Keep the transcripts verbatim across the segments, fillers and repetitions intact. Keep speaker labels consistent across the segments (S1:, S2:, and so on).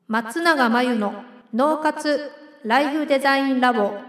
S1: 松永真由の脳活ライフデザインラボ。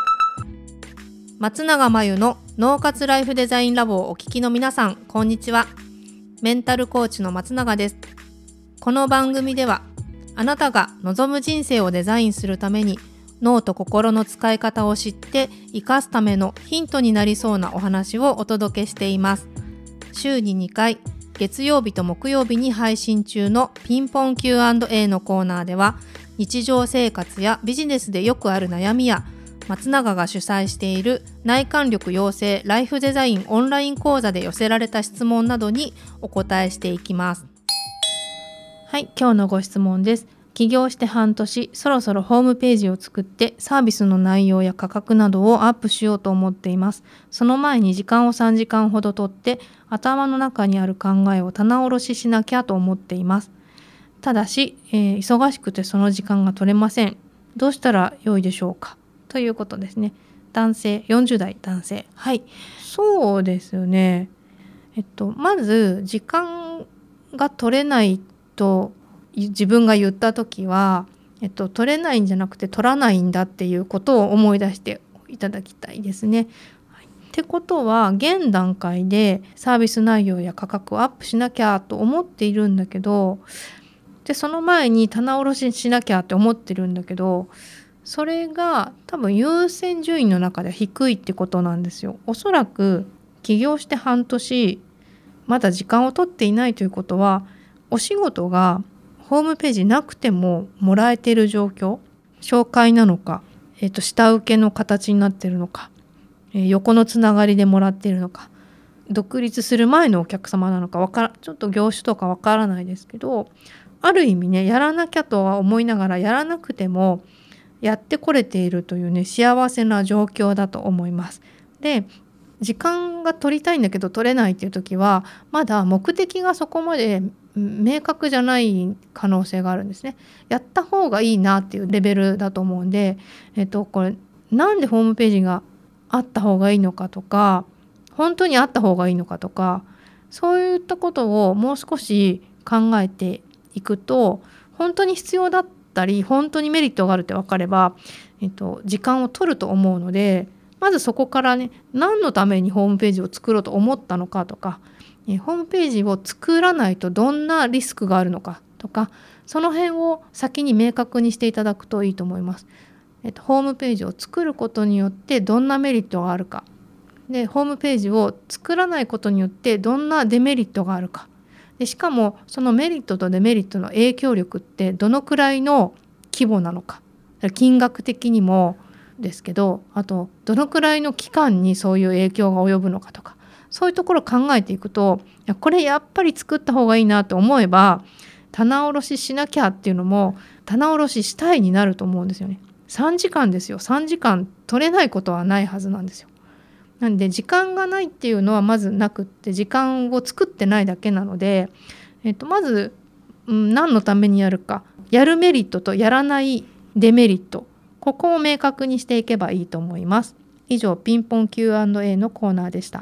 S1: 松永真由の脳活ライフデザインラボをお聞きの皆さん、こんにちは。メンタルコーチの松永です。この番組では、あなたが望む人生をデザインするために脳と心の使い方を知って生かすためのヒントになりそうなお話をお届けしています。週ににかい、月曜日と木曜日に配信中のピンポン キューアンドエー のコーナーでは、日常生活やビジネスでよくある悩みや、松永が主催している内観力養成ライフデザインオンライン講座で寄せられた質問などにお答えしていきます。はい、今日のご質問です。起業して半年、そろそろホームページを作ってサービスの内容や価格などをアップしようと思っています。その前に時間をさんじかんほど取って頭の中にある考えを棚卸ししなきゃと思っています。ただし、えー、忙しくてその時間が取れません。どうしたら良いでしょうか、ということですね。男性、よんじゅう代男性。はい、そうですよね。えっとまず時間が取れないと自分が言った時は、えっと、取れないんじゃなくて取らないんだっていうことを思い出していただきたいですね。はい、ってことは現段階でサービス内容や価格をアップしなきゃと思っているんだけど、でその前に棚卸ししなきゃって思ってるんだけど、それが多分優先順位の中では低いってことなんですよ。おそらく起業して半年まだ時間を取っていないということは、お仕事がホームページなくてももらえている状況、紹介なのか、えーと、下請けの形になっているのか、えー、横のつながりでもらっているのか、独立する前のお客様なのかわからちょっと業種とかわからないですけど、ある意味ね、やらなきゃとは思いながらやらなくてもやってこれているというね、幸せな状況だと思います。で、時間が取りたいんだけど取れないっていう時は、まだ目的がそこまで明確じゃない可能性があるんですね。やった方がいいなっていうレベルだと思うんで、えっとこれなんでホームページがあった方がいいのかとか、本当にあった方がいいのかとか、そういったことをもう少し考えていくと、本当に必要だったり本当にメリットがあるって分かれば、えっと、時間を取ると思うので、まずそこからね、何のためにホームページを作ろうと思ったのかとか、えホームページを作らないとどんなリスクがあるのかとか、その辺を先に明確にしていただくといいと思います。えっと、ホームページを作ることによってどんなメリットがあるか、でホームページを作らないことによってどんなデメリットがあるか、でしかもそのメリットとデメリットの影響力ってどのくらいの規模なのか、金額的にもですけど、あとどのくらいの期間にそういう影響が及ぶのかとか、そういうところを考えていくと、いやこれやっぱり作った方がいいなと思えば、棚卸ししなきゃっていうのも棚卸ししたいになると思うんですよね。さんじかんですよ。さんじかん取れないことはないはずなんですよ。なんで時間がないっていうのはまずなくって、時間を作ってないだけなので、えっと、まず、うん、何のためにやるか、やるメリットとやらないデメリット、ここを明確にしていけばいいと思います。以上、ピンポン キューアンドエー のコーナーでした。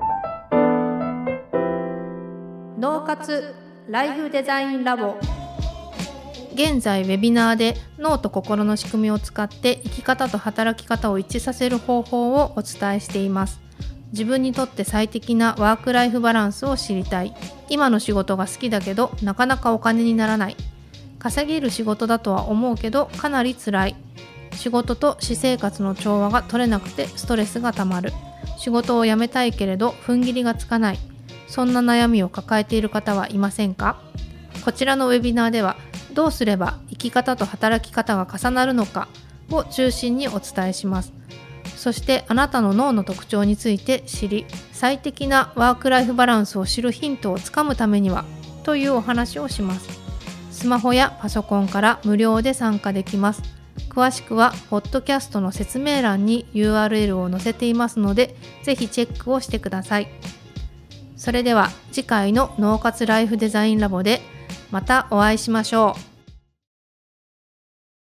S1: 脳活ライフデザインラボ。現在ウェビナーで脳と心の仕組みを使って生き方と働き方を一致させる方法をお伝えしています。自分にとって最適なワークライフバランスを知りたい、今の仕事が好きだけどなかなかお金にならない、稼げる仕事だとは思うけどかなり辛い、仕事と私生活の調和が取れなくてストレスがたまる、仕事を辞めたいけれど踏ん切りがつかない、そんな悩みを抱えている方はいませんか？こちらのウェビナーでは、どうすれば生き方と働き方が重なるのかを中心にお伝えします。そしてあなたの脳の特徴について知り、最適なワークライフバランスを知るヒントをつかむためにはというお話をします。スマホやパソコンから無料で参加できます。詳しくはポッドキャストの説明欄に ユーアールエル を載せていますので、ぜひチェックをしてください。それでは次回の脳活ライフデザインラボでまたお会いしましょう。